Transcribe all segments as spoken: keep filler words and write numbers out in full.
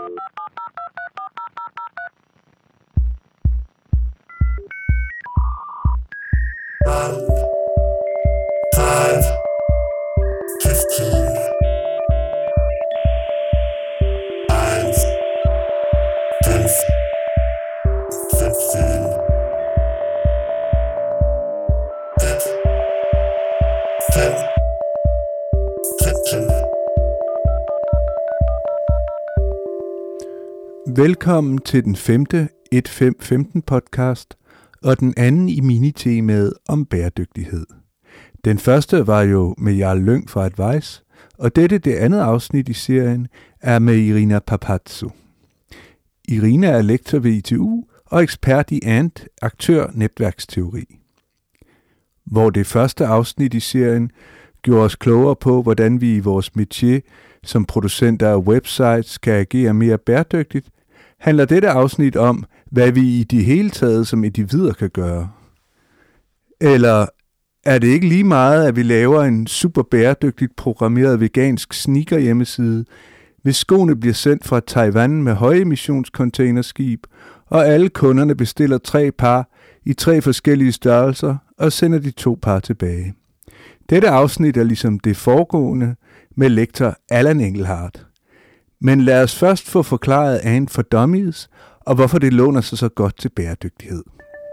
Velkommen til den femte et fem femten podcast og den anden i minitemaet om bæredygtighed. Den første var jo med Jarl Lyng fra Advice, og dette, det andet afsnit i serien, er med Irina Papazzu. Irina er lektor ved I T U og ekspert i A N T, aktør-netværksteori. Hvor det første afsnit i serien gjorde os klogere på, hvordan vi i vores métier som producenter af websites skal agere mere bæredygtigt, handler dette afsnit om, hvad vi i det hele taget som individer kan gøre. Eller er det ikke lige meget, at vi laver en super bæredygtigt programmeret vegansk sneaker hjemmeside, hvis skoene bliver sendt fra Taiwan med højeemissionscontainerskib, og alle kunderne bestiller tre par i tre forskellige størrelser og sender de to par tilbage. Dette afsnit er ligesom det foregående med lektor Allan Engelhardt. Men lad os først få forklaret A N T for Dummies, og hvorfor det låner sig så godt til bæredygtighed.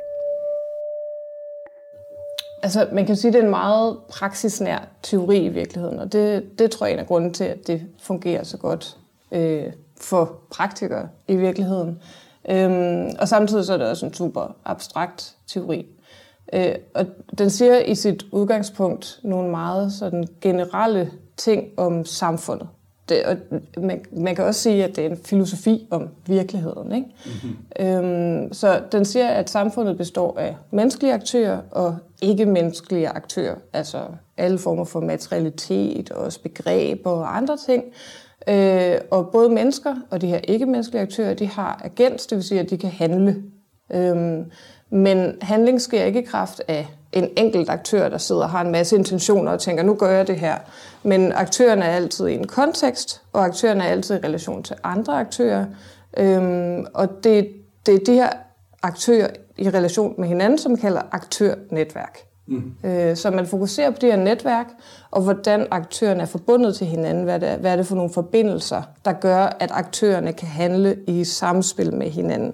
Altså, man kan sige, at det er en meget praksisnær teori i virkeligheden, og det, det tror jeg er en af grunden til, at det fungerer så godt øh, for praktikere i virkeligheden. Øhm, og samtidig så er det også en super abstrakt teori. Øh, og den siger i sit udgangspunkt nogle meget sådan generelle ting om samfundet. Det, og man, man kan også sige, at det er en filosofi om virkeligheden, ikke? Mm-hmm. Øhm, så den siger, at samfundet består af menneskelige aktører og ikke-menneskelige aktører. Altså alle former for materialitet og også begreber og andre ting. Øh, og både mennesker og de her ikke-menneskelige aktører, de har agens, det vil sige, at de kan handle. Øhm, men handling sker ikke i kraft af en enkelt aktør, der sidder og har en masse intentioner og tænker, nu gør jeg det her. Men aktørerne er altid i en kontekst, og aktørerne er altid i relation til andre aktører. Øhm, og det, det er de her aktører i relation med hinanden, som man kalder aktørnetværk. Mm. Øh, så man fokuserer på det her netværk, og hvordan aktørerne er forbundet til hinanden. Hvad det er, hvad er det for nogle forbindelser, der gør, at aktørerne kan handle i samspil med hinanden.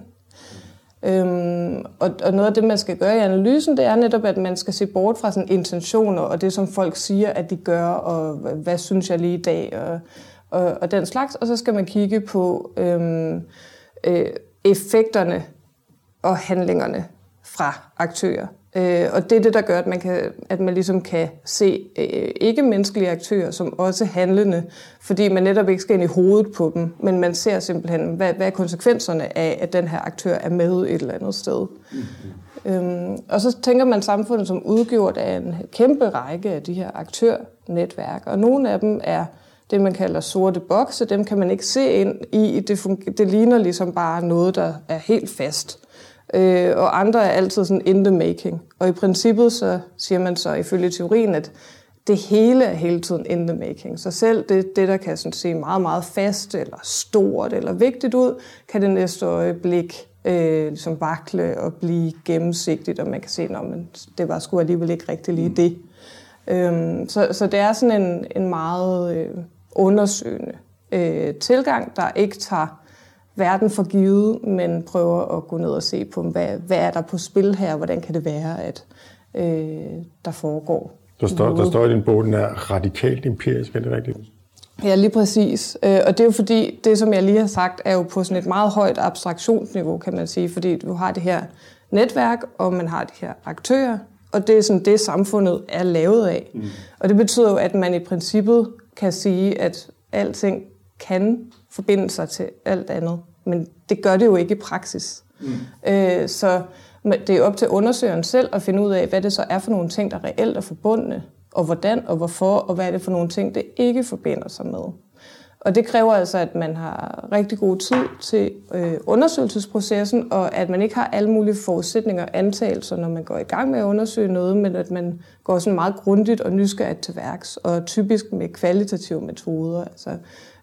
Øhm, og, og noget af det, man skal gøre i analysen, det er netop, at man skal se bort fra sådan intentioner, og det, som folk siger, at de gør, og hvad synes jeg lige i dag, og, og, og den slags. Og så skal man kigge på øhm, øh, effekterne og handlingerne fra aktører. Øh, og det er det, der gør, at man, kan, at man ligesom kan se øh, ikke-menneskelige aktører som også handlende, fordi man netop ikke skal ind i hovedet på dem, men man ser simpelthen, hvad, hvad er konsekvenserne af, at den her aktør er med et eller andet sted. Mm-hmm. Øhm, og så tænker man samfundet som udgjort af en kæmpe række af de her aktørnetværk, og nogle af dem er det, man kalder sorte bokse. Dem kan man ikke se ind i. Det, funger, det ligner ligesom bare noget, der er helt fast. Øh, og andre er altid sådan in the making. Og i princippet så siger man så ifølge teorien, at det hele er hele tiden in the making. Så selv det, det der kan sådan se meget, meget fast, eller stort, eller vigtigt ud, kan det næste øjeblik øh, ligesom vakle og blive gennemsigtigt, og man kan se, at det var sgu alligevel ikke rigtig lige det. Øhm, så, så det er sådan en, en meget øh, undersøgende øh, tilgang, der ikke tager verden for givet, men prøver at gå ned og se på, hvad, hvad er der på spil her, hvordan kan det være, at øh, der foregår. Der står, der står i din bog, den er radikalt empirisk, er det rigtigt? Ja, lige præcis. Og det er jo fordi, det som jeg lige har sagt, er jo på sådan et meget højt abstraktionsniveau, kan man sige, fordi du har det her netværk, og man har de her aktører, og det er sådan det, samfundet er lavet af. Mm. Og det betyder jo, at man i princippet kan sige, at alting kan forbinde sig til alt andet, men det gør det jo ikke i praksis. Mm. Øh, så det er op til undersøgeren selv at finde ud af, hvad det så er for nogle ting, der reelt er forbundne, og hvordan og hvorfor, og hvad er det for nogle ting, det ikke forbinder sig med. Og det kræver altså, at man har rigtig god tid til øh, undersøgelsesprocessen, og at man ikke har alle mulige forudsætninger og antagelser, når man går i gang med at undersøge noget, men at man går sådan meget grundigt og nysgerrigt til værks, og typisk med kvalitative metoder. Altså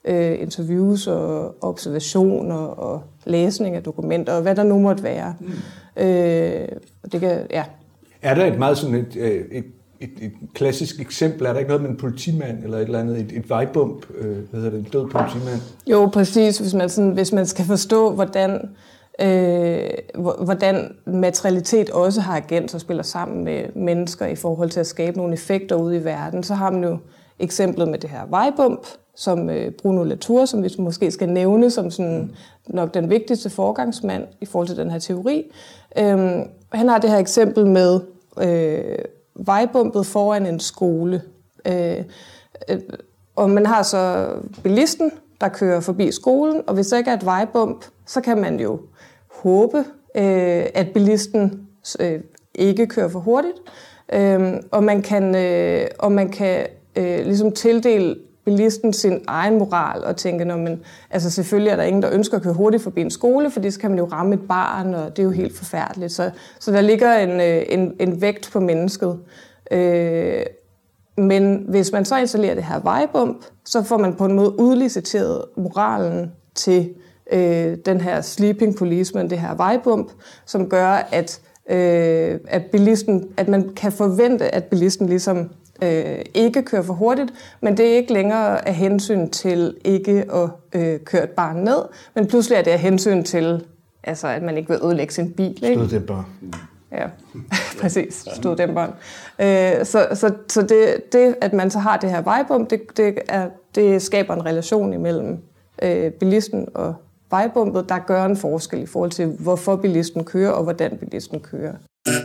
øh, interviews og observationer og læsning af dokumenter og hvad der nu måtte være. Mm. Øh, det kan, ja. Er der et meget sådan et, et, et, et klassisk eksempel? Er der ikke noget med en politimand eller et eller andet, et, et vejbump, øh, hvad hedder det, en død politimand? Jo, præcis. Hvis man, sådan, hvis man skal forstå, hvordan, øh, hvordan materialitet også har agens og spiller sammen med mennesker i forhold til at skabe nogle effekter ude i verden, så har man jo eksemplet med det her vejbump, som øh, Bruno Latour, som vi måske skal nævne som sådan, nok den vigtigste forgangsmand i forhold til den her teori. Øhm, han har det her eksempel med øh, vejbumpet foran en skole. Øh, øh, og man har så bilisten, der kører forbi skolen, og hvis der ikke er et vejbump, så kan man jo håbe, øh, at bilisten øh, ikke kører for hurtigt. Øh, og man kan, øh, og man kan øh, ligesom tildele bilisten sin egen moral og tænke, nå, men, altså selvfølgelig er der ingen, der ønsker at køre hurtigt forbi en skole, fordi så kan man jo ramme et barn, og det er jo helt forfærdeligt. Så, så der ligger en, en, en vægt på mennesket. Øh, men hvis man så installerer det her vejbump, så får man på en måde udliciteret moralen til øh, den her sleeping policeman, det her vejbump, som gør, at, øh, at, bilisten, at man kan forvente, at bilisten ligesom Øh, ikke kører for hurtigt, men det er ikke længere af hensyn til ikke at øh, køre et barn ned, men pludselig er det af hensyn til, altså, at man ikke vil ødelægge sin bil. Ikke? Støddæmper. Ja, præcis. Støddæmperen. Øh, så så, så det, det, at man så har det her vejbump, det, det, er, det skaber en relation imellem øh, bilisten og vejbumpet, der gør en forskel i forhold til, hvorfor bilisten kører og hvordan bilisten kører.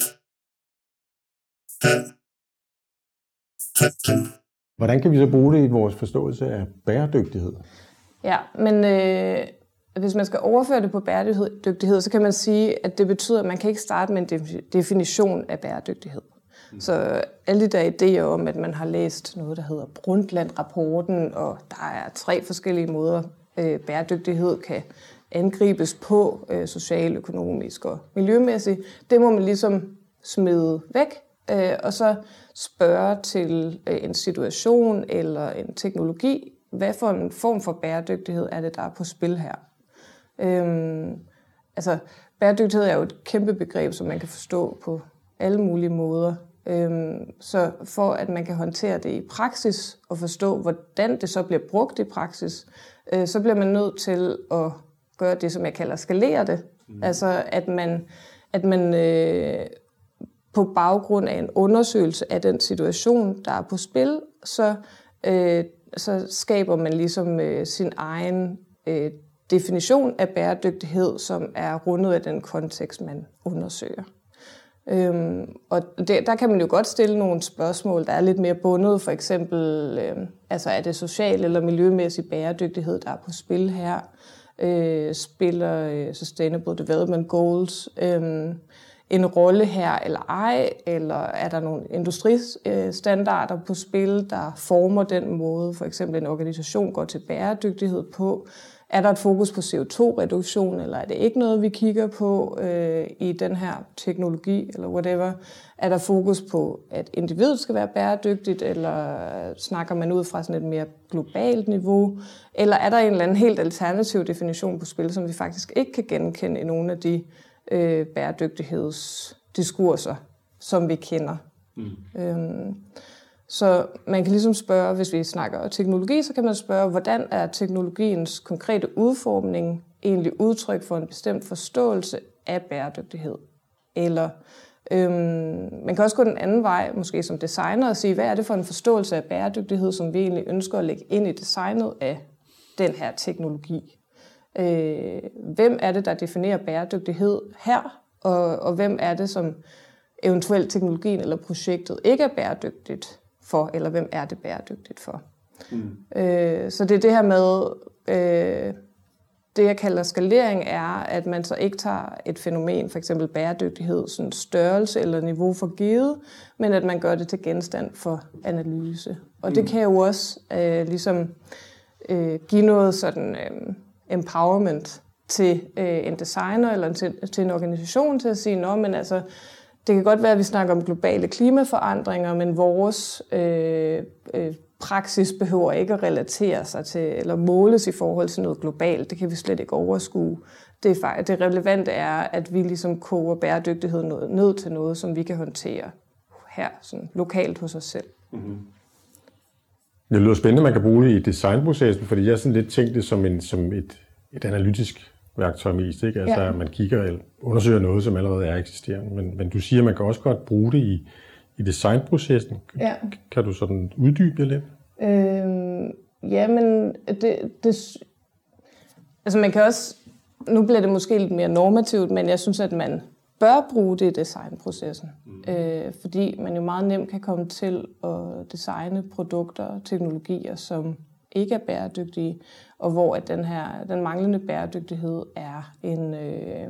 Hvordan kan vi så bruge det i vores forståelse af bæredygtighed? Ja, men øh, hvis man skal overføre det på bæredygtighed, så kan man sige, at det betyder, at man kan ikke starte med en definition af bæredygtighed. Mm. Så alle de der idéer om, at man har læst noget, der hedder Brundtland-rapporten, og der er tre forskellige måder, øh, bæredygtighed kan angribes på, øh, social, økonomisk og miljømæssigt, det må man ligesom smide væk. Og så spørge til en situation eller en teknologi, hvad for en form for bæredygtighed er det, der er på spil her. Øhm, altså, bæredygtighed er jo et kæmpe begreb, som man kan forstå på alle mulige måder. Øhm, så for at man kan håndtere det i praksis og forstå, hvordan det så bliver brugt i praksis, øh, så bliver man nødt til at gøre det, som jeg kalder skalere det. Mm. Altså, at man... At man øh, på baggrund af en undersøgelse af den situation, der er på spil, så, øh, så skaber man ligesom øh, sin egen øh, definition af bæredygtighed, som er rundet af den kontekst, man undersøger. Øhm, og det, der kan man jo godt stille nogle spørgsmål, der er lidt mere bundet. For eksempel, øh, altså er det social eller miljømæssig bæredygtighed, der er på spil her? Øh, spiller øh, Sustainable Development Goals øh, en rolle her eller ej, eller er der nogle industristandarder på spil, der former den måde, for eksempel en organisation går til bæredygtighed på? Er der et fokus på C O to reduktion, eller er det ikke noget, vi kigger på øh, i den her teknologi, eller whatever? Er der fokus på, at individet skal være bæredygtigt, eller snakker man ud fra sådan et mere globalt niveau? Eller er der en eller anden helt alternativ definition på spil, som vi faktisk ikke kan genkende i nogle af de øh, bæredygtighedsdiskurser, som vi kender? Mm. Øhm, Så man kan ligesom spørge, hvis vi snakker teknologi, så kan man spørge, hvordan er teknologiens konkrete udformning egentlig udtryk for en bestemt forståelse af bæredygtighed? Eller øhm, man kan også gå den anden vej, måske som designer, og sige, hvad er det for en forståelse af bæredygtighed, som vi egentlig ønsker at lægge ind i designet af den her teknologi? Øh, hvem er det, der definerer bæredygtighed her, og, og hvem er det, som eventuelt teknologien eller projektet ikke er bæredygtigt for, eller hvem er det bæredygtigt for. Mm. Øh, så det er det her med, øh, det jeg kalder skalering er, at man så ikke tager et fænomen, for eksempel bæredygtighed, sådan størrelse eller niveau for givet, men at man gør det til genstand for analyse. Og mm. det kan jo også øh, ligesom øh, give noget sådan øh, empowerment til øh, en designer eller til, til en organisation til at sige, nå, men altså, det kan godt være, at vi snakker om globale klimaforandringer, men vores øh, øh, praksis behøver ikke at relatere sig til eller måles i forhold til noget globalt. Det kan vi slet ikke overskue. Det, er faktisk, det relevante er, at vi ligesom koger bæredygtighed ned til noget, som vi kan håndtere her, sådan lokalt hos os selv. Mm-hmm. Det lyder spændende, man kan bruge det i designprocessen, fordi jeg har sådan lidt tænkt det som, en, som et, et analytisk værktøj mest. Ikke? Altså, ja. Man kigger og undersøger noget, som allerede er eksisterende. Men, men du siger, at man kan også godt bruge det i, i designprocessen. Ja. Kan du sådan uddybe det lidt? Øhm, ja, men det, det... Altså man kan også... Nu bliver det måske lidt mere normativt, men jeg synes, at man bør bruge det i designprocessen. Mm. Øh, fordi man jo meget nemt kan komme til at designe produkter og teknologier, som ikke er bæredygtige, og hvor at den her den manglende bæredygtighed er en, øh,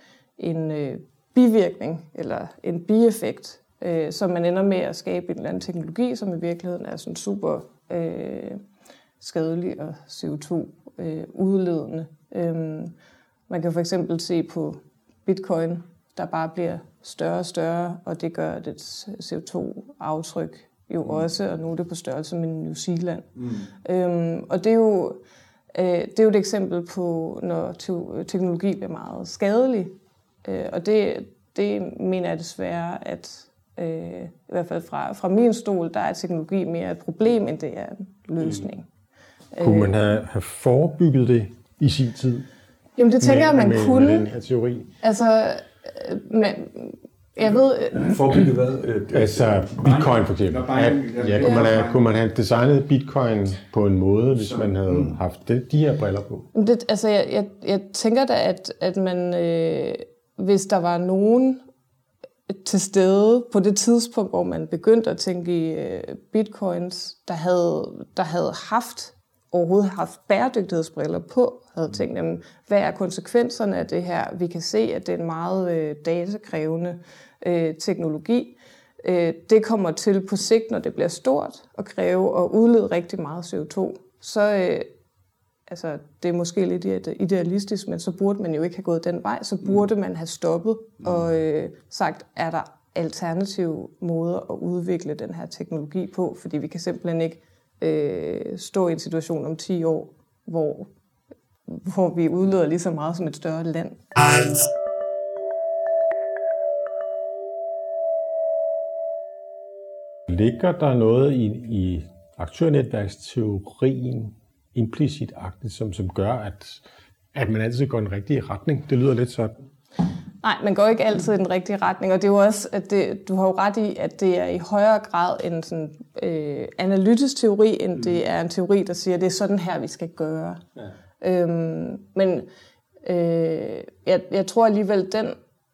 en øh, bivirkning eller en bieffekt, øh, som man ender med at skabe en eller anden teknologi, som i virkeligheden er sådan super øh, skadelig og C O to udledende. Øh, man kan for eksempel se på Bitcoin, der bare bliver større og større, og det gør det C O to aftryk jo mm. også, og nu er det på størrelse med New Zealand. Mm. Øhm, og det er, jo, øh, det er jo et eksempel på, når te- teknologi bliver meget skadelig. Øh, og det, det mener jeg desværre, at øh, i hvert fald fra, fra min stol, der er teknologi mere et problem, end det er en løsning. Mm. Kunne man have, have forebygget det i sin tid? Jamen det tænker jeg, man med, kunne. Med den her teori. Altså, men, jeg ved... Forbygget hvad? Altså bitcoin for eksempel. At, ja, kunne, man have, kunne man have designet bitcoin på en måde, hvis man havde haft det, de her briller på? Det, altså, jeg, jeg, jeg tænker da, at, at man, øh, hvis der var nogen til stede på det tidspunkt, hvor man begyndte at tænke i øh, bitcoins, der havde, der havde haft overhovedet haft bæredygtighedsbriller på, havde tænkt, jamen, hvad er konsekvenserne af det her? Vi kan se, at det er en meget øh, datakrævende øh, teknologi. Øh, det kommer til på sigt, når det bliver stort, at kræve og udlede rigtig meget C O to. Så øh, altså, det er måske lidt idealistisk, men så burde man jo ikke have gået den vej. Så burde man have stoppet og øh, sagt, er der alternative måder at udvikle den her teknologi på? Fordi vi kan simpelthen ikke øh, stå i en situation om ti år, hvor, hvor vi udleder lige så meget som et større land. Ligger der noget i, i aktørnetværksteorien implicit-agtigt, som, som gør, at, at man altid går i den rigtige retning? Det lyder lidt sådan. Nej, man går ikke altid i den rigtige retning, og det er jo også, at det, du har jo ret i, at det er i højere grad en sådan, øh, analytisk teori, end mm. det er en teori, der siger, at det er sådan her, vi skal gøre. Ja. Øhm, men øh, jeg, jeg tror alligevel, den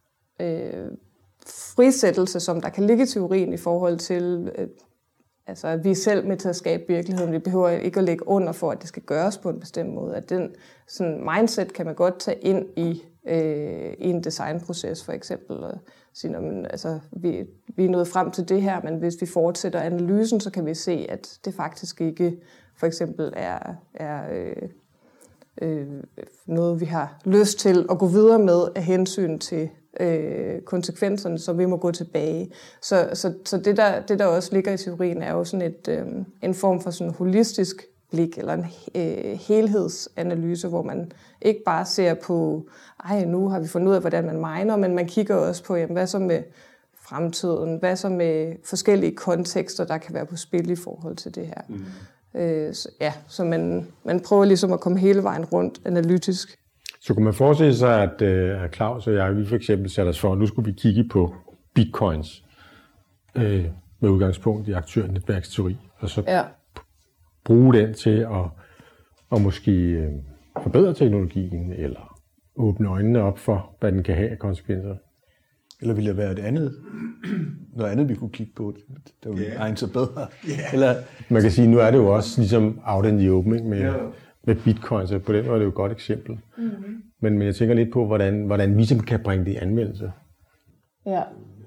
øh, frisættelse, som der kan ligge i teorien i forhold til, øh, altså at vi er selv med til at skabe virkeligheden, vi behøver ikke at lægge under for, at det skal gøres på en bestemt måde, at den sådan mindset kan man godt tage ind i øh, i en designproces for eksempel, og sige, men, altså, vi, vi er nået frem til det her, men hvis vi fortsætter analysen, så kan vi se, at det faktisk ikke for eksempel er, er øh, øh, noget, vi har lyst til at gå videre med af hensyn til øh, konsekvenserne, så vi må gå tilbage. Så, så, så det, der, det, der også ligger i teorien, er jo sådan et, øh, en form for sådan holistisk blik, eller en øh, helhedsanalyse, hvor man ikke bare ser på, ej, nu har vi fundet ud af, hvordan man miner, men man kigger også på, jamen, hvad så med fremtiden, hvad så med forskellige kontekster, der kan være på spil i forhold til det her. Mm. Øh, så, ja, så man, man prøver ligesom at komme hele vejen rundt analytisk. Så kunne man forestille sig, at uh, Claus og jeg, vi for eksempel satte os for, at nu skulle vi kigge på bitcoins øh, med udgangspunkt i aktørnetværksteori, og så ja. bruge den til at, at måske øh, forbedre teknologien, eller åbne øjnene op for, hvad den kan have af konsekvenser. Eller ville det være et andet, noget andet, vi kunne kigge på, der ville yeah. egne sig bedre? Yeah. Eller... Man kan sige, nu er det jo også ligesom out in the open med, yeah. med bitcoin, så på den måde er det jo et godt eksempel. Mm-hmm. Men, men jeg tænker lidt på, hvordan, hvordan vi kan bringe det i anvendelse. Ja,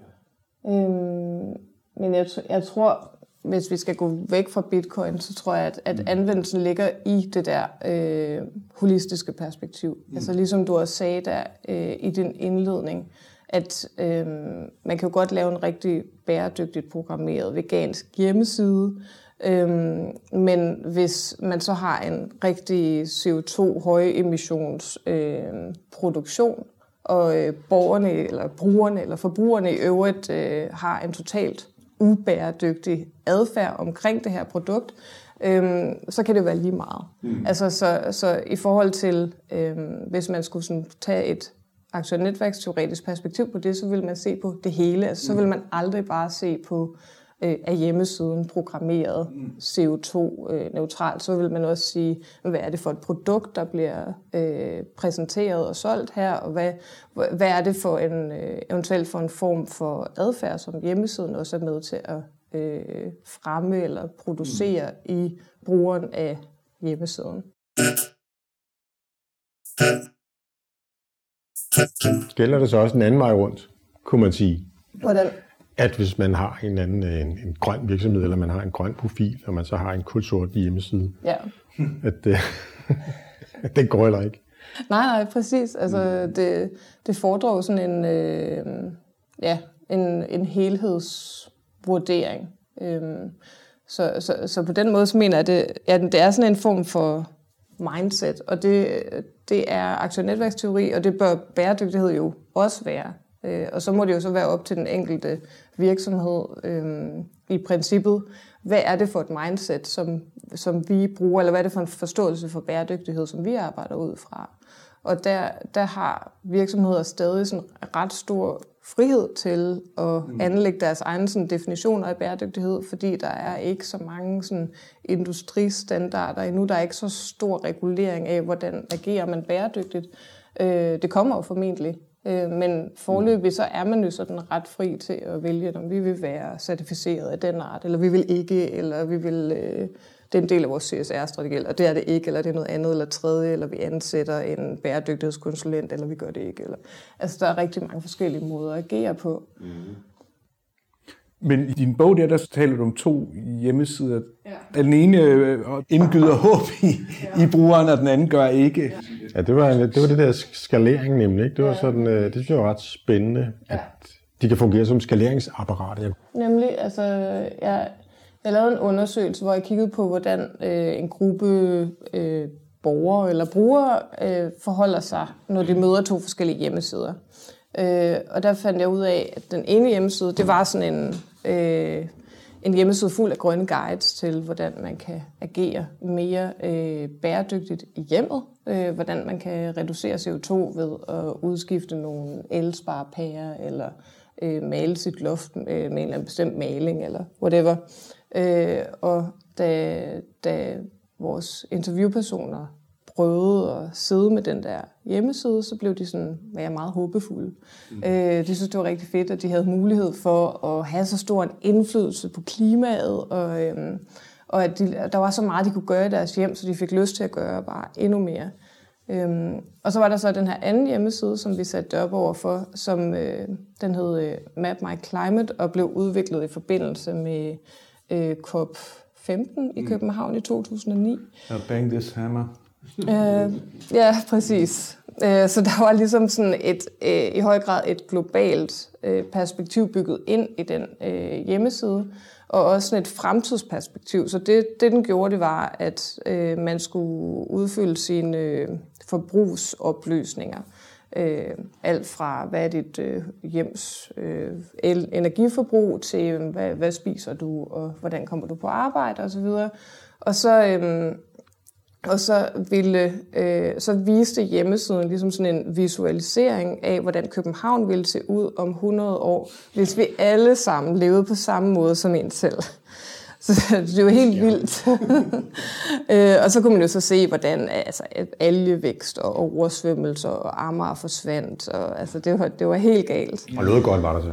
øhm, men jeg, jeg tror, hvis vi skal gå væk fra bitcoin, så tror jeg, at, at anvendelsen ligger i det der øh, holistiske perspektiv. Mm. Altså ligesom du også sagde der øh, i din indledning, at øh, man kan jo godt lave en rigtig bæredygtigt programmeret vegansk hjemmeside, Øhm, men hvis man så har en rigtig C O to højemissions øh, produktion, og øh, borgerne eller brugerne eller forbrugerne i øvrigt øh, har en totalt ubæredygtig adfærd omkring det her produkt, øhm, så kan det være lige meget. Mm. Altså, så, så i forhold til, øhm, hvis man skulle sådan tage et aktionærnetværksteoretisk perspektiv på det, så vil man se på det hele. Altså, så vil man aldrig bare se på, øh, er hjemmesiden programmeret C O to neutralt. Så vil man også sige, hvad er det for et produkt, der bliver øh, præsenteret og solgt her, og hvad, hvad er det for en, øh, eventuelt for en form for adfærd, som hjemmesiden også er med til at øh, fremme eller producere mm. i brugeren af hjemmesiden. Gælder det så også en anden vej rundt, kunne man sige? Hvordan? At hvis man har en anden en, en grøn virksomhed, eller man har en grøn profil, og man så har en kulsort hjemmeside, ja. at det, det går heller ikke. Nej, nej, præcis. Altså, det, det fordrer jo sådan en, øh, ja, en, en helhedsvurdering. Øhm, så, så, så på den måde så mener jeg, at det, ja, det er sådan en form for mindset, og det, det er aktionærnetværksteori, og det bør bæredygtighed jo også være. Øh, og så må det jo så være op til den enkelte virksomhed øh, i princippet. Hvad er det for et mindset, som, som vi bruger, eller hvad er det for en forståelse for bæredygtighed, som vi arbejder ud fra? Og der, der har virksomheder stadig sådan ret stor frihed til at anlægge deres egne sådan, definitioner af bæredygtighed, fordi der er ikke så mange sådan, industristandarder endnu. Der er ikke så stor regulering af, hvordan agerer man bæredygtigt. Øh, det kommer jo formentlig. Øh, men foreløbig så er man jo sådan ret fri til at vælge, om vi vil være certificeret af den art, eller vi vil ikke, eller vi vil... Øh, det er en del af vores C S R-strategi, og det er det ikke, eller det er noget andet, eller tredje, eller vi ansætter en bæredygtighedskonsulent, eller vi gør det ikke. Eller. Altså, der er rigtig mange forskellige måder at agere på. Mm. Men i din bog der, der taler du om to hjemmesider. Ja. Den ene indgyder håb i, ja. i brugeren, og den anden gør ikke. Ja, ja det, var, det var det der skalering nemlig. Ikke? Det var sådan, det synes jeg var ret spændende, at ja. de kan fungere som skaleringsapparat. Nemlig, altså, jeg... Jeg lavede en undersøgelse, hvor jeg kiggede på, hvordan øh, en gruppe øh, borgere eller brugere øh, forholder sig, når de møder to forskellige hjemmesider. Øh, og der fandt jeg ud af, at den ene hjemmeside, det var sådan en, øh, en hjemmeside fuld af grønne guides til, hvordan man kan agere mere øh, bæredygtigt i hjemmet. Øh, hvordan man kan reducere C O to ved at udskifte nogle elsparepærer eller øh, male sit loft med, med en eller anden bestemt maling eller whatever. Øh, og da, da vores interviewpersoner prøvede at sidde med den der hjemmeside, så blev de sådan, var jeg meget håbefulde. Mm. Øh, de synes, det var rigtig fedt, at de havde mulighed for at have så stor en indflydelse på klimaet, og, øhm, og at de, der var så meget, de kunne gøre i deres hjem, så de fik lyst til at gøre bare endnu mere. Øhm, og så var der så den her anden hjemmeside, som vi satte op over for, som øh, den hed øh, Map My Climate, og blev udviklet i forbindelse med øh, COP femten i København i to tusind og ni. Og bang this hammer. øh, ja, præcis. Øh, så der var ligesom sådan et, øh, i høj grad et globalt øh, perspektiv bygget ind i den øh, hjemmeside, og også sådan et fremtidsperspektiv. Så det, det den gjorde, det var, at øh, man skulle udfylde sine øh, forbrugsoplysninger. Øh, alt fra, hvad er dit øh, hjems øh, el- energiforbrug, til hvad, hvad spiser du, og hvordan kommer du på arbejde osv. Og så... Øh, Og så, ville, øh, så viste hjemmesiden ligesom sådan en visualisering af, hvordan København ville se ud om hundrede år, hvis vi alle sammen levede på samme måde som en selv. Så det var helt vildt. øh, og så kunne man jo så se, hvordan altså, algevækst og oversvømmelser og Amager forsvandt. Og, altså, det, var, det var helt galt. Og noget godt var der så.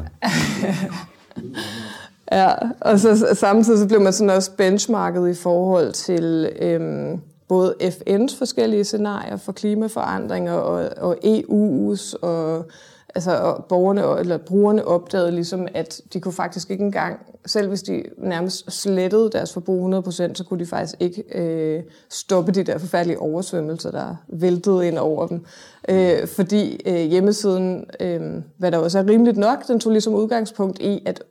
Ja, og så samtidig så blev man sådan også benchmarket i forhold til... Øhm, både F N's forskellige scenarier for klimaforandringer og, og E U's, og, altså, og borgerne eller brugerne opdagede ligesom, at de kunne faktisk ikke engang, selv hvis de nærmest slettede deres forbrug hundrede procent, så kunne de faktisk ikke øh, stoppe de der forfærdelige oversvømmelser, der væltede ind over dem. Øh, fordi øh, hjemmesiden, øh, hvad der også er rimeligt nok, den tog ligesom udgangspunkt i, at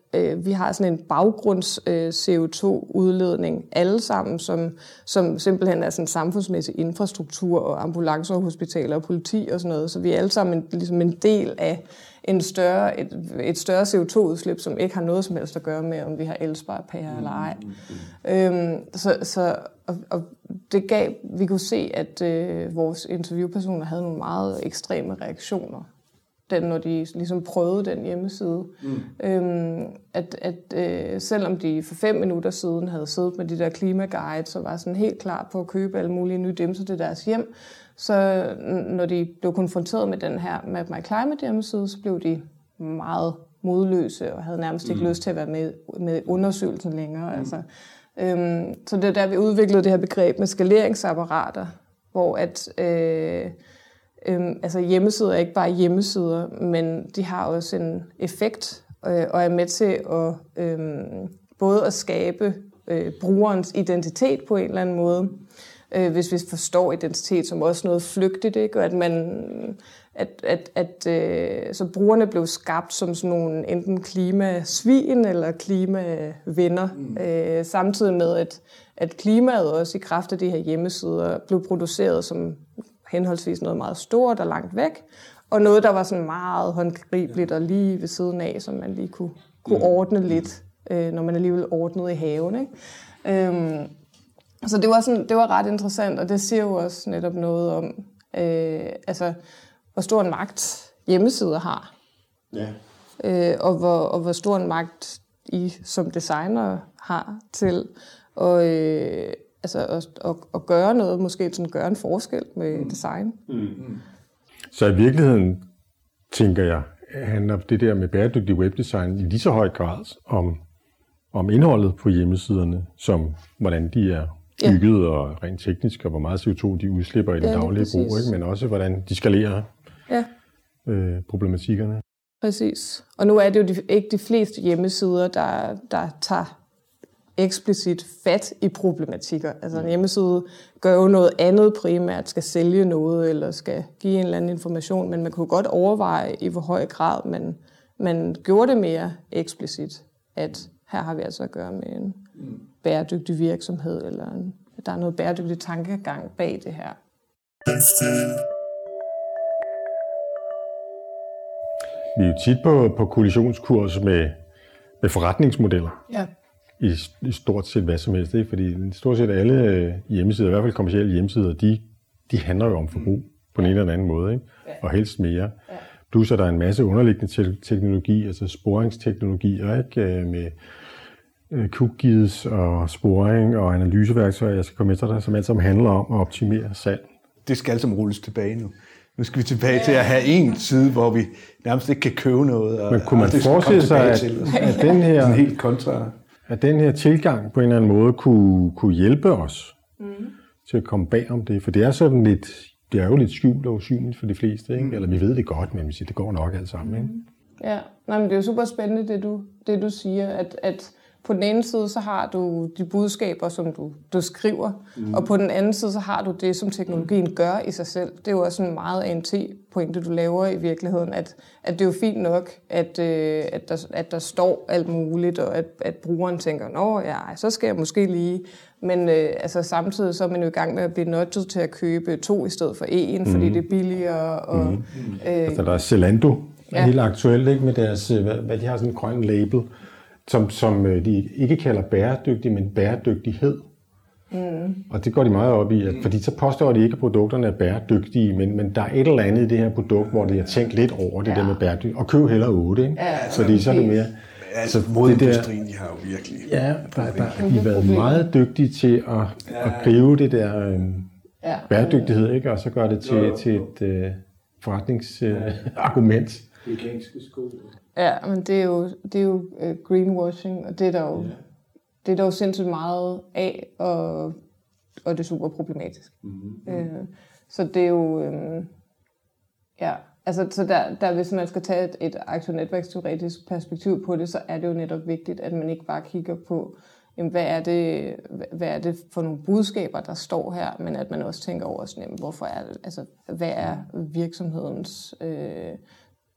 øh, vi har sådan en baggrunds øh, C O to udledning alle sammen, som, som simpelthen er sådan en samfundsmæssig infrastruktur og ambulancer og hospitaler og politi og sådan noget. Så vi er alle sammen en, ligesom en del af en større, et, et større C O to udslip, som ikke har noget som helst at gøre med, om vi har elsparepærer eller ej. Mm. Øhm, så, så, og, og det gav, vi kunne se, at øh, vores interviewpersoner havde nogle meget ekstreme reaktioner, den, når de ligesom prøvede den hjemmeside. Mm. Øhm, at at øh, selvom de for fem minutter siden havde siddet med de der klimaguide, så var sådan helt klar på at købe alle mulige nye dimser til deres hjem, så når de blev konfronteret med den her Map My Climate hjemmeside, så blev de meget modløse og havde nærmest ikke mm. lyst til at være med, med undersøgelsen længere. Mm. Altså, øhm, så det er der, vi udviklede det her begreb med skaleringsapparater, hvor at øh, øh, altså hjemmesider er ikke bare hjemmesider, men de har også en effekt øh, og er med til at øh, både at skabe øh, brugerens identitet på en eller anden måde, øh, hvis vi forstår identitet som også noget flygtigt, ikke? Og at man at, at, at øh, så brugerne blev skabt som sådan nogle enten klimasvin eller klimavenner, mm. øh, samtidig med at, at klimaet også i kraft af de her hjemmesider blev produceret som henholdsvis noget meget stort og langt væk, og noget, der var sådan meget håndgribeligt og lige ved siden af, som man lige kunne, kunne ordne lidt, øh, når man alligevel ordnede i haven, ikke? Øhm, så det var, sådan, det var ret interessant, og det siger jo også netop noget om, øh, altså, hvor stor en magt hjemmesider har, ja. øh, og, hvor, og hvor stor en magt I som designer har til at, øh, altså, at, at, at gøre noget, måske sådan gøre en forskel med mm. design. Mm. Så i virkeligheden, tænker jeg, handler det der med bæredygtig webdesign i lige så høj grad om, om indholdet på hjemmesiderne, som hvordan de er bygget, ja. Og rent teknisk, og hvor meget C O to de udslipper i den ja, daglige brug, ikke? Men også hvordan de skalerer ja. øh, problematikkerne. Præcis. Og nu er det jo de, ikke de fleste hjemmesider, der, der tager eksplicit fat i problematikker. Altså en hjemmeside gør jo noget andet primært, skal sælge noget, eller skal give en eller anden information, men man kunne godt overveje, i hvor høj grad man, man gjorde det mere eksplicit, at her har vi altså at gøre med en bæredygtig virksomhed, eller en, der er noget bæredygtig tankegang bag det her. Vi er jo tit på, på kollisionskurs med, med forretningsmodeller. Ja. I, I stort set hvad som helst, ikke? Fordi stort set alle hjemmesider, i hvert fald kommercielle hjemmesider, de, de handler jo om forbrug på en eller anden måde, ikke? Ja. Og helst mere. Ja. Plus er der en masse underliggende te- teknologi, altså sporingsteknologier, ikke? Med cookies og sporing og analyseværktøjer, jeg skal komme efter dig, som alt sammen handler om at optimere salg. Det skal altså rulles tilbage nu. Nu skal vi tilbage ja. til at have en side, hvor vi nærmest ikke kan købe noget. Og, men kunne man forestille sig, at, at, den her, helt kontra. at den her tilgang på en eller anden måde kunne, kunne hjælpe os mm. til at komme bag om det? For det er sådan lidt, det er jo lidt skjult og usynligt for de fleste, ikke? Mm. Eller vi ved det godt, men vi siger, det går nok alt sammen. Ikke? Ja, nej, men det er jo super spændende, det du, det du siger, at, at på den ene side, så har du de budskaber, som du, du skriver, mm. og på den anden side, så har du det, som teknologien gør i sig selv. Det er jo også en meget A N T-pointe, du laver i virkeligheden, at, at det er jo fint nok, at, øh, at, der, at der står alt muligt, og at, at brugeren tænker, nå ja, så skal jeg måske lige. Men øh, altså, samtidig så er man jo i gang med at blive nudget til at købe to i stedet for en, mm. fordi det er billigere. Og, mm. øh, altså, der er Zalando, ja. Helt aktuelt, ikke, med deres, hvad, hvad de har sådan en grøn label, som, som de ikke kalder bæredygtig, men bæredygtighed. Mm. Og det går de meget op i, at, fordi så påstår de ikke, at produkterne er bæredygtige, men, men der er et eller andet i det her produkt, hvor de har tænkt lidt over det ja. der med bæredygtighed. Og køb heller otte, ikke? Ja, fordi så er det mere... Altså, modindustrien, de har jo virkelig... Ja, der, der, der de har været meget dygtige til at, ja. at gribe det der øh, ja. bæredygtighed, ikke? Og så gøre det til, jo, jo. til et øh, forretningsargument. Øh, det gængske sko. Ja, men det er jo, det er jo uh, greenwashing, og det er der jo, yeah. det er der jo sindssygt meget af, og, og det er super problematisk. Mm-hmm. Uh, så det er jo, um, ja, altså så der, der, hvis man skal tage et, et aktiv-netværksteoretisk perspektiv på det, så er det jo netop vigtigt, at man ikke bare kigger på, jamen, hvad er det, hvad er det for nogle budskaber, der står her, men at man også tænker over sådan, jamen, hvorfor er det, altså, hvad er virksomhedens øh,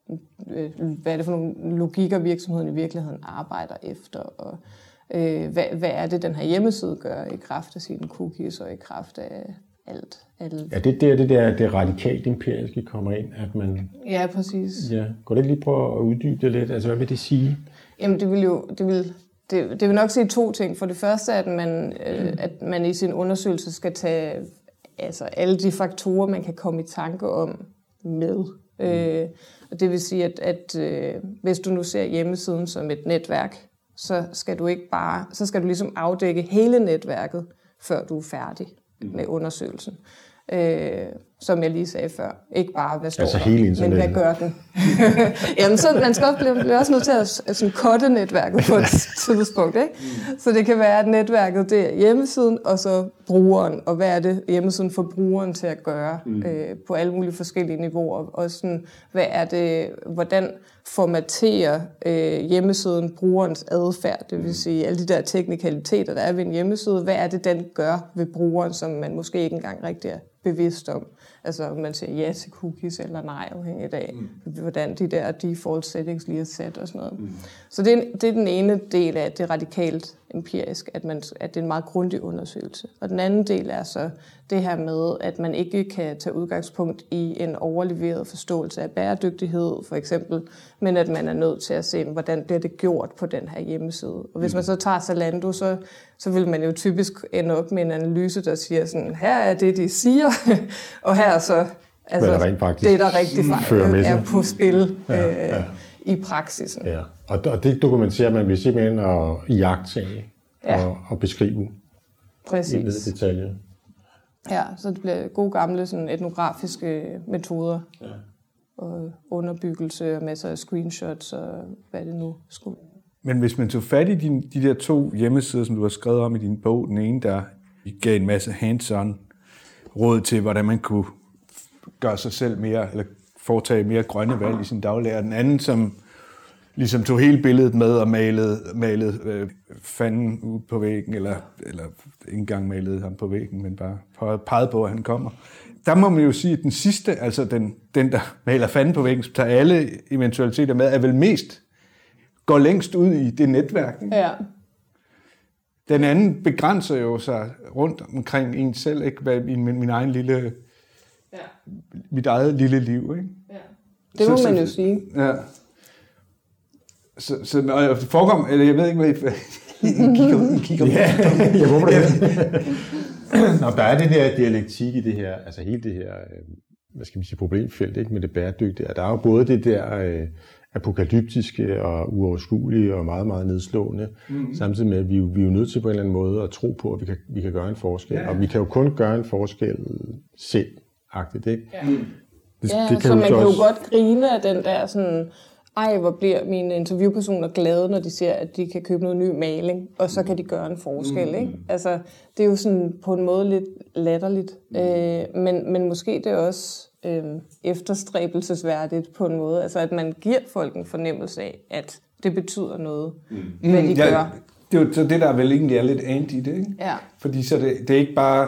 hvad er det for nogle logikker, virksomheden i virkeligheden arbejder efter, og øh, hvad, hvad er det, den her hjemmeside gør i kraft af sine cookies og i kraft af alt. alt. Ja, det er det der det radikalt empiriske kommer ind, at man... Ja, præcis. Ja. Går det ikke lige prøve at uddybe det lidt? Altså, hvad vil det sige? Jamen, det vil jo... Det vil, det, det vil nok sige to ting. For det første er, at man, øh, at man i sin undersøgelse skal tage altså, alle de faktorer, man kan komme i tanke om med. Mm. Øh, og det vil sige, at, at øh, hvis du nu ser hjemmesiden som et netværk, så skal du ikke bare... Så skal du ligesom afdække hele netværket, før du er færdig med undersøgelsen. Øh, som jeg lige sagde før. Ikke bare, hvad står altså der, hele men hvad gør den? Jamen, så man skal også blive, blive også nødt til at, at sådan cutte netværket på et tidspunkt. Ikke? Mm. Så det kan være, at netværket det er hjemmesiden, og så brugeren, og hvad er det hjemmesiden for brugeren til at gøre mm. øh, på alle mulige forskellige niveauer. Og sådan, hvad er det, hvordan formaterer øh, hjemmesiden brugerens adfærd, det vil sige alle de der teknikaliteter, der er ved en hjemmeside, hvad er det, den gør ved brugeren, som man måske ikke engang rigtig er bevidst om. Altså om man siger ja til cookies eller nej, afhængigt af, mm. hvordan de der default settings lige er sat og sådan noget. Mm. Så det er, det er den ene del af det radikalt empirisk, at, man, at det er en meget grundig undersøgelse. Og den anden del er så det her med, at man ikke kan tage udgangspunkt i en overleveret forståelse af bæredygtighed, for eksempel, men at man er nødt til at se, hvordan bliver det gjort på den her hjemmeside. Og hvis man så tager Zalando, så, så vil man jo typisk ende op med en analyse, der siger sådan, her er det, de siger, og her er så altså, det, det, der rigtig er på spil ja, ja. Øh, i praksisen. Ja. Og, og det dokumenterer man ved simpelthen at iagttage ja. og, og beskrive præcis. i detaljer. Ja, så det bliver gode gamle sådan, etnografiske metoder. Ja. Og underbyggelse og masser af screenshots og hvad det nu skulle. Men hvis man tog fat i de, de der to hjemmesider, som du har skrevet om i din bog, den ene, der gav en masse hands-on råd til, hvordan man kunne gøre sig selv mere, eller foretage mere grønne valg i sin dagligdag, og den anden, som ligesom tog hele billedet med og malede, malede øh, fanden ud på væggen, eller, eller ikke engang malede ham på væggen, men bare pegede på, at han kommer. Der må man jo sige, at den sidste, altså den, den der maler fanden på væggen, som tager alle eventualiteter med, er vel mest, går længst ud i det netværk. Ikke? Ja. Den anden begrænser jo sig rundt omkring en selv, ikke? Hvad, min, min egen lille, ja. mit eget lille liv. Ikke? Ja. Det må så, man jo så, sige. Ja. Så, så og det forekom, eller jeg ved ikke, hvad I, I kigger, I kigger ja, jeg håber det. Nå, der er det der dialektik i det her, altså hele det her, hvad skal man sige, problemfelt, ikke, med det bæredygtige. Der er jo både det der øh, apokalyptiske og uoverskuelige og meget, meget nedslående, mm-hmm. samtidig med, at vi, vi er jo nødt til på en eller anden måde at tro på, at vi kan, vi kan gøre en forskel. Ja. Og vi kan jo kun gøre en forskel selv-agtigt, ikke? Ja, det, ja det kan så man kan også... jo godt grine af den der sådan... Ej, hvor bliver mine interviewpersoner glade, når de ser, at de kan købe noget ny maling, og så kan de gøre en forskel, mm. ikke? Altså, det er jo sådan på en måde lidt latterligt, mm. øh, men, men måske det er også øh, efterstræbelsesværdigt på en måde, altså at man giver folk en fornemmelse af, at det betyder noget, mm. hvad de mm, ja, gør. Det er jo så det, der vel egentlig er lidt anti det, ikke? Ja. Fordi så det, det er ikke bare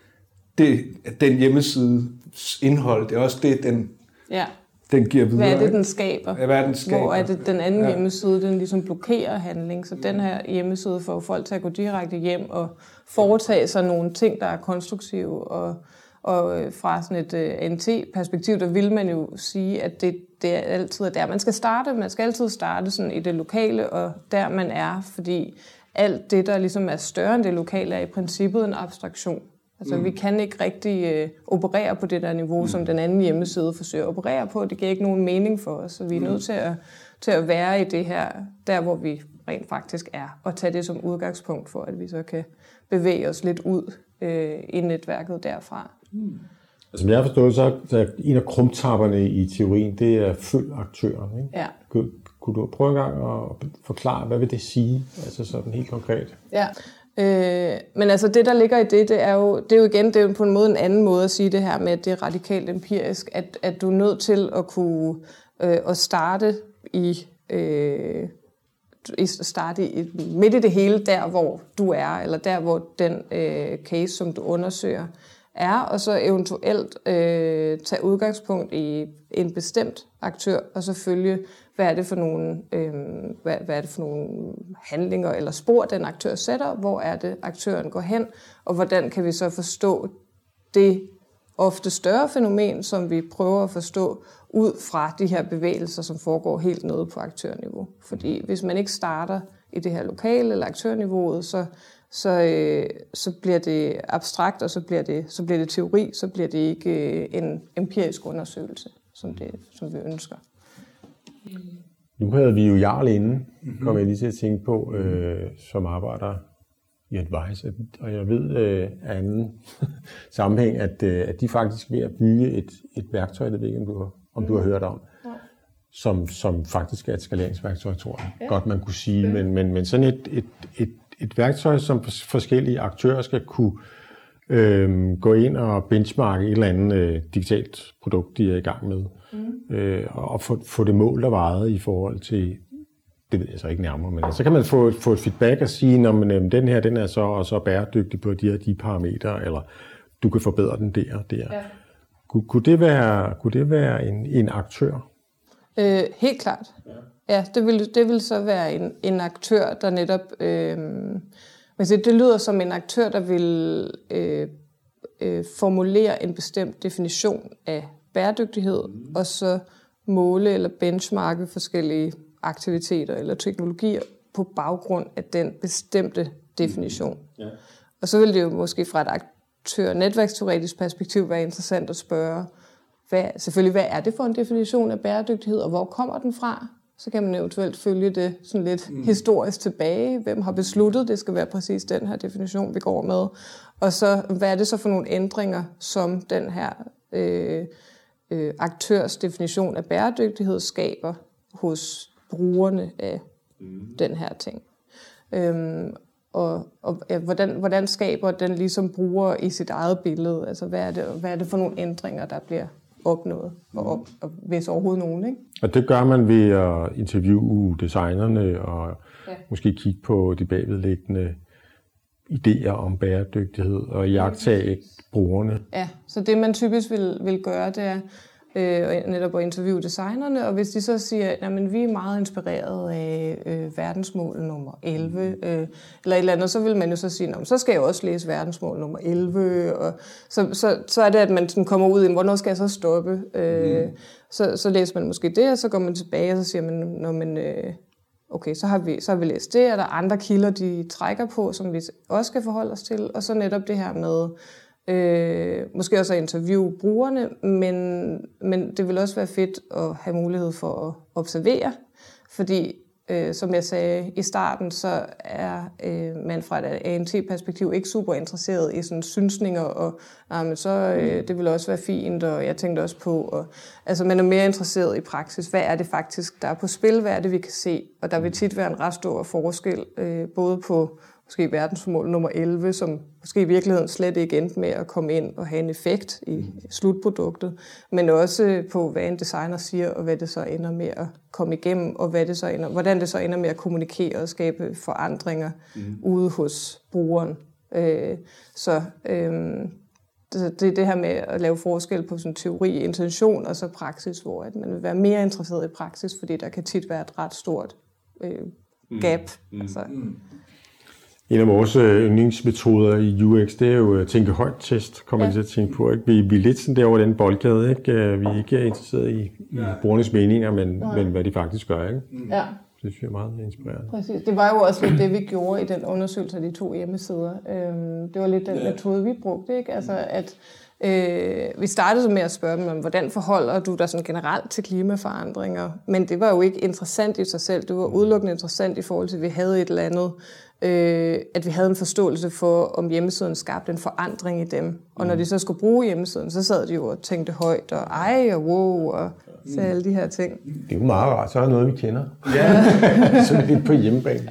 det, den hjemmesides indhold, det er også det, den... Ja. Den giver videre, hvad er det, den skaber? Ja, hvad er den skaber? Hvor er det den anden ja. hjemmeside, den ligesom blokerer handling. Så den her hjemmeside får folk til at gå direkte hjem og foretage sig nogle ting, der er konstruktive. Og, og fra sådan et uh, N T-perspektiv, der vil man jo sige, at det, det er altid der, man skal starte. Man skal altid starte sådan i det lokale, og der man er, fordi alt det, der ligesom er større end det lokale, er i princippet en abstraktion. Altså, mm. vi kan ikke rigtig øh, operere på det der niveau, mm. som den anden hjemmeside forsøger at operere på. Det giver ikke nogen mening for os, så vi er mm. nødt til at, til at være i det her, der hvor vi rent faktisk er, og tage det som udgangspunkt for, at vi så kan bevæge os lidt ud øh, i netværket derfra. Mm. Som jeg har forstået, så er en af krumtapperne i teorien, det er følg-aktøren. Ikke? Ja. Kunne, kunne du prøve en gang at forklare, hvad vil det sige, altså sådan helt konkret? Ja. Øh, men altså det, der ligger i det, det er jo, det er jo igen det er jo på en måde en anden måde at sige det her med, at det er radikalt empirisk, at, at du er nødt til at kunne øh, at starte i, øh, starte i, midt i det hele, der hvor du er, eller der hvor den øh, case, som du undersøger, er, og så eventuelt øh, tage udgangspunkt i en bestemt aktør, og så følge, hvad er det for nogle, øh, hvad, hvad er det for nogle handlinger eller spor, den aktør sætter, hvor er det, aktøren går hen, og hvordan kan vi så forstå det ofte større fænomen, som vi prøver at forstå ud fra de her bevægelser, som foregår helt nede på aktørniveau. Fordi hvis man ikke starter i det her lokale eller aktørniveauet, så, så, øh, så bliver det abstrakt, og så bliver det, så bliver det teori, så bliver det ikke øh, en empirisk undersøgelse, som, det, som vi ønsker. Nu havde vi jo Jarl inde, mm-hmm. kom jeg lige til at tænke på, øh, som arbejder i Advice, og jeg ved øh, af anden sammenhæng, at, øh, at de faktisk er ved at bygge et, et værktøj, det ved ikke, om du har, om du har hørt om, ja. som, som faktisk er et skaleringsværktøj, tror jeg. Ja. Godt man kunne sige, ja. men, men, men sådan et, et, et, et værktøj, som forskellige aktører skal kunne øh, gå ind og benchmarke et eller andet øh, digitalt produkt, de er i gang med, mm. øh, og få, få det mål, der vejet i forhold til, det ved jeg så ikke nærmere, men så kan man få, få et feedback og sige, at øh, den her den er så, og så bæredygtig på de her de parametre, eller du kan forbedre den der og der. Ja. Kunne, kunne det være, kunne det være en, en aktør? Øh, helt klart. Ja, ja det, vil, det vil så være en, en aktør, der netop... Øh, altså det lyder som en aktør, der vil øh, øh, formulere en bestemt definition af bæredygtighed, mm. og så måle eller benchmarke forskellige aktiviteter eller teknologier på baggrund af den bestemte definition. Mm. Ja. Og så vil det jo måske fra et aktør-netværksteoretisk perspektiv være interessant at spørge, hvad, selvfølgelig, hvad er det for en definition af bæredygtighed, og hvor kommer den fra? Så kan man eventuelt følge det sådan lidt mm. historisk tilbage. Hvem har besluttet, det skal være præcis den her definition, vi går med? Og så, hvad er det så for nogle ændringer, som den her øh, øh, aktørs definition af bæredygtighed skaber hos brugerne af mm. den her ting? Øhm, og og ja, hvordan, hvordan skaber den ligesom bruger i sit eget billede? Altså, hvad er det, hvad er det for nogle ændringer, der bliver opnået, og, op, og hvis overhovedet nogen, ikke? Og det gør man ved at interviewe designerne og ja. måske kigge på de bagvedliggende idéer om bæredygtighed og iagttage brugerne. Ja, så det man typisk vil, vil gøre, det er øh, netop at interviewe designerne, og hvis de så siger, at vi er meget inspireret af øh, verdensmål nummer elleve, øh, eller et eller andet, så vil man jo så sige, så skal jeg også læse verdensmål nummer elleve, og så, så, så er det, at man sådan kommer ud i, hvornår skal jeg så stoppe? Øh, mm. så, så læser man måske det, og så går man tilbage, og så siger man, når man... Øh, okay, så har, vi, så har vi læst det, og der er andre kilder, de trækker på, som vi også skal forholde os til, og så netop det her med, øh, måske også at interviewe brugerne, men, men det vil også være fedt at have mulighed for at observere, fordi øh, som jeg sagde i starten, så er øh, man fra et A M T-perspektiv ikke super interesseret i sådan synsninger, og nej, men så øh, det vil også være fint, og jeg tænkte også på, og, altså man er mere interesseret i praksis. Hvad er det faktisk, der er på spil? Hvad er det, vi kan se? Og der vil tit være en ret stor forskel, øh, både på måske verdensmål nummer elleve, som måske i virkeligheden slet ikke endte med at komme ind og have en effekt i slutproduktet, men også på, hvad en designer siger, og hvad det så ender med at komme igennem, og hvad det så ender, hvordan det så ender med at kommunikere og skabe forandringer mm. ude hos brugeren. Øh, så øh, det er det her med at lave forskel på sådan teori, intention og så praksis, hvor at man vil være mere interesseret i praksis, fordi der kan tit være et ret stort øh, gap. Mm. Altså, mm. En af vores yndlingsmetoder i U X, det er jo tænke højt test, kommer ja. jeg til at tænke på. Ikke? Vi, vi er lidt sådan der over den boldgade, ikke? Vi er ikke interesseret i, i brugernes meninger, men, men hvad de faktisk gør. Ikke? Ja. Det synes jeg er meget inspirerende. Præcis. Det var jo også lidt det, vi gjorde i den undersøgelse af de to hjemmesider. Det var lidt den ja. metode, vi brugte. Ikke? Altså, at Øh, vi startede med at spørge dem, hvordan forholder du dig sådan generelt til klimaforandringer? Men det var jo ikke interessant i sig selv. Det var udelukkende interessant i forhold til, at vi havde et eller andet, øh, at vi havde en forståelse for, om hjemmesiden skabte en forandring i dem. Og når de så skulle bruge hjemmesiden, så sad de jo og tænkte højt, og ej, og wow, og så alle de her ting. Det er jo meget rart, så er der noget, vi kender. Ja, sådan lidt på hjemmebane.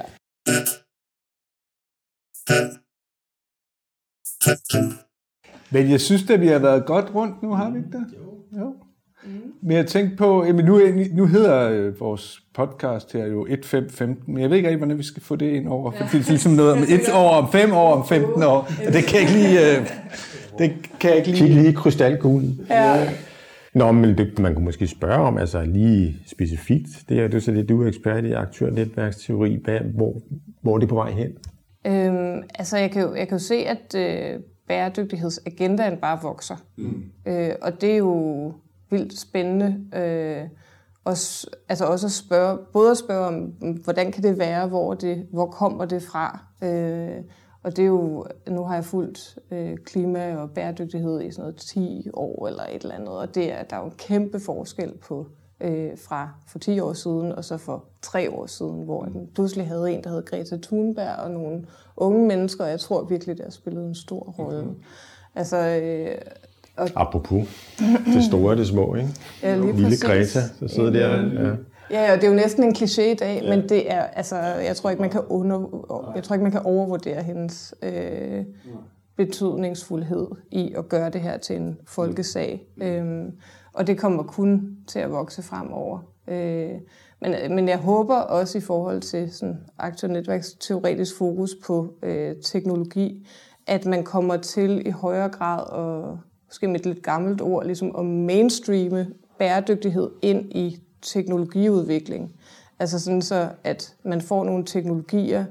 Men jeg synes, at vi har været godt rundt nu, har vi ikke det? Jo. jo. Mm. Men jeg tænkte på, jamen nu, nu hedder vores podcast her jo et fem femten, men jeg ved ikke rigtig, hvordan vi skal få det ind over, for det er ligesom noget om et år, om fem år, om femten år, og det kan jeg ikke lige... Uh... Det kan jeg ikke lide. Kig lige i krystalkuglen. Ja. Nå, men det, man kunne måske spørge om, altså lige specifikt, det er jo så det, du er ekspert i aktørnetværksteori, hvad, hvor, hvor er det på vej hen? Øhm, altså, jeg kan, jo, jeg kan jo se, at øh, bæredygtighedsagendaen bare vokser. Mm. Øh, og det er jo vildt spændende. Øh, også, altså også at spørge, både at spørge om, hvordan kan det være, hvor, det, hvor kommer det fra? Øh, og det er jo, nu har jeg fulgt øh, klima og bæredygtighed i sådan noget ti år eller et eller andet, og det er, der er jo en kæmpe forskel på øh, fra for ti år siden og så for tre år siden, hvor den pludselig havde en, der hed Greta Thunberg og nogle unge mennesker, og jeg tror virkelig, det har spillet en stor rolle. Mm-hmm. Altså, øh, og apropos det store og det små, ikke? Ja, lige lille præcis. Greta, der sidder ja. der. Ja. Ja, og det er jo næsten en kliché i dag, ja. Men det er, altså, jeg tror ikke, man kan under, jeg tror ikke, man kan overvurdere hendes øh, betydningsfuldhed i at gøre det her til en folkesag. Mm. Øhm, og det kommer kun til at vokse fremover. Øh, men, men jeg håber også i forhold til sådan aktørnetværksteoretisk fokus på øh, teknologi, at man kommer til i højere grad, og måske med et lidt gammelt ord, ligesom at mainstreame bæredygtighed ind i teknologiudvikling. Altså sådan så, at man får nogle teknologier,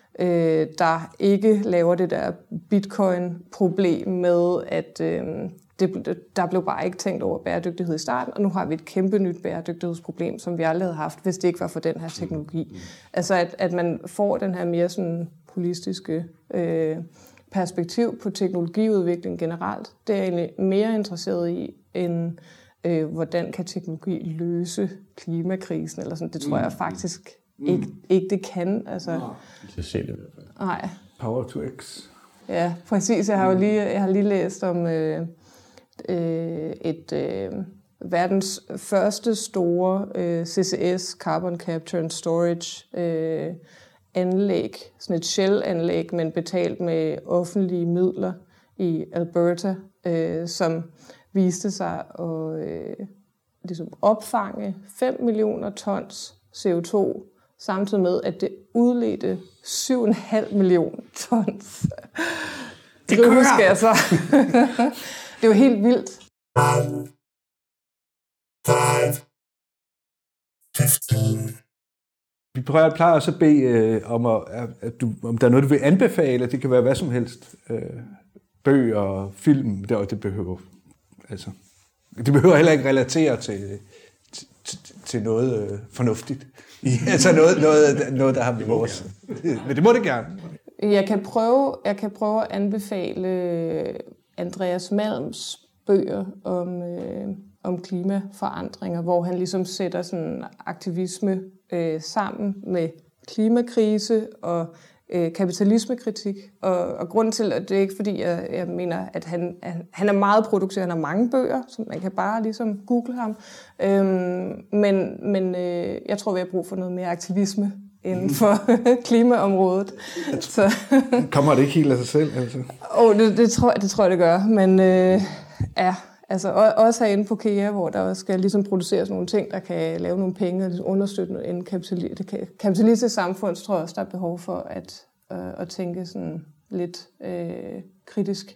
øh, der ikke laver det der bitcoin-problem med, at øh, det, der blev bare ikke tænkt over bæredygtighed i starten, og nu har vi et kæmpe nyt bæredygtighedsproblem, som vi aldrig havde haft, hvis det ikke var for den her teknologi. Altså at, at man får den her mere sådan holistiske øh, perspektiv på teknologiudvikling generelt. Det er jeg egentlig mere interesseret i, end øh, hvordan kan teknologi løse klimakrisen, eller sådan. Det tror jeg faktisk ikke, ikke det kan. Altså, det ser det i hvert fald. Nej. Power to X. Ja, præcis. Jeg har jo lige, jeg har lige læst om øh, øh, et øh, verdens første store øh, C C S, Carbon Capture and Storage, øh, anlæg, sådan et Shell-anlæg, men betalt med offentlige midler i Alberta, øh, som viste sig at øh, ligesom opfange fem millioner tons C O to, samtidig med, at det udledte syv komma fem millioner tons drivhusgasser. Det er jo helt vildt. Vi prøver, plejer også at bede øh, om, at, at du, om der er noget, du vil anbefale. Det kan være hvad som helst. Øh, bøger, film, det, det behøver. Altså, det behøver heller ikke relatere til, til, til noget øh, fornuftigt. Altså noget, noget, noget, der har med vores. Men det må det gerne. Jeg kan prøve, jeg kan prøve at anbefale Andreas Malms bøger om, øh, om klimaforandringer, hvor han ligesom sætter sådan aktivisme øh, sammen med klimakrise og øh, kapitalismekritik. Og, og grunden til, at det er ikke fordi, jeg, jeg mener, at han, han er meget produktiv, han har mange bøger, så man kan bare ligesom google ham. Øhm, men men øh, jeg tror, vi har brug for noget mere aktivisme inden for klimaområdet. Så. Kommer det ikke helt af sig selv? Altså? Oh, det, det, tror, det tror jeg, det gør. Men øh, ja, altså også herinde på KEA, hvor der skal ligesom produceres nogle ting, der kan lave nogle penge og ligesom understøtte en kapitalistisk, kapitalistisk samfund, så tror jeg også, der er behov for at, øh, at tænke sådan lidt øh, kritisk.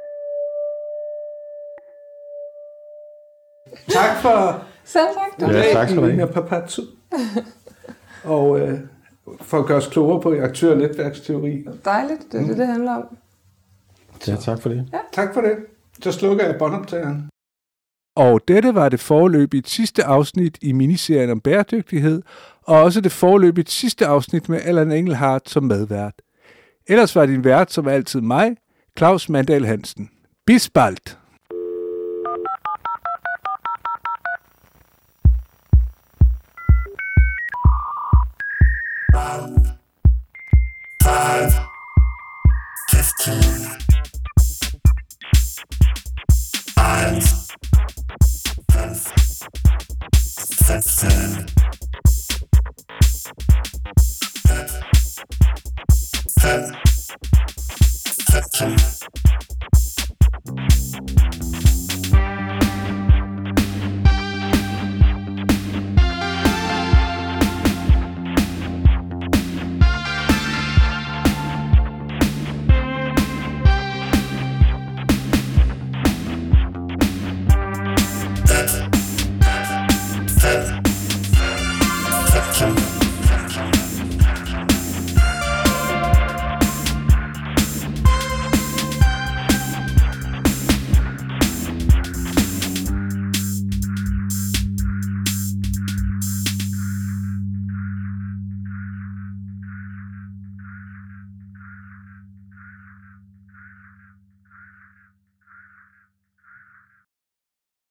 Tak for... Selv tak. Ja, tak skal du have. Papatsu. Og øh, for at gøre os klogere på aktør- og netværksteori. Dejligt, det er mm. det, det handler om. Ja, tak for det. Ja. Tak for det. Så slukker jeg båndoptageren. Og dette var det foreløbigt sidste afsnit i miniserien om bæredygtighed, og også det foreløbigt sidste afsnit med Allan Engelhardt som medvært. Ellers var din vært som altid mig, Claus Mandal Hansen. Bis bald! Five, fifteen, eins, fünf, sechzehn, fünf, siebzehn.